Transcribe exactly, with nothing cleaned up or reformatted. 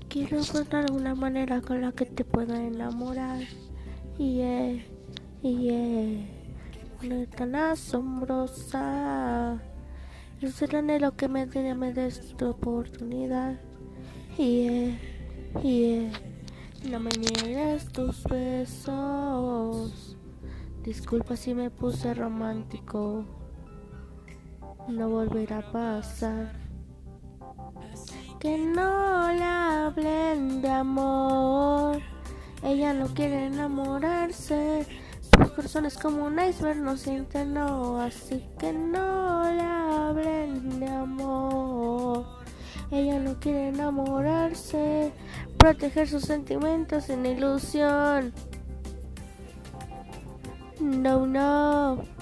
Quiero encontrar una manera con la que te pueda enamorar. Y es, y es, no es tan asombrosa. Es el anhelo que me, de- me des tu oportunidad. Y es, y es, no me niegues tus besos. Disculpa si me puse romántico. No volverá a pasar. Que no la hablen de amor. Ella no quiere enamorarse. Su corazón es como un iceberg, no siente no. Así que no la hablen de amor. Ella no quiere enamorarse. Proteger sus sentimientos sin ilusión. No, no.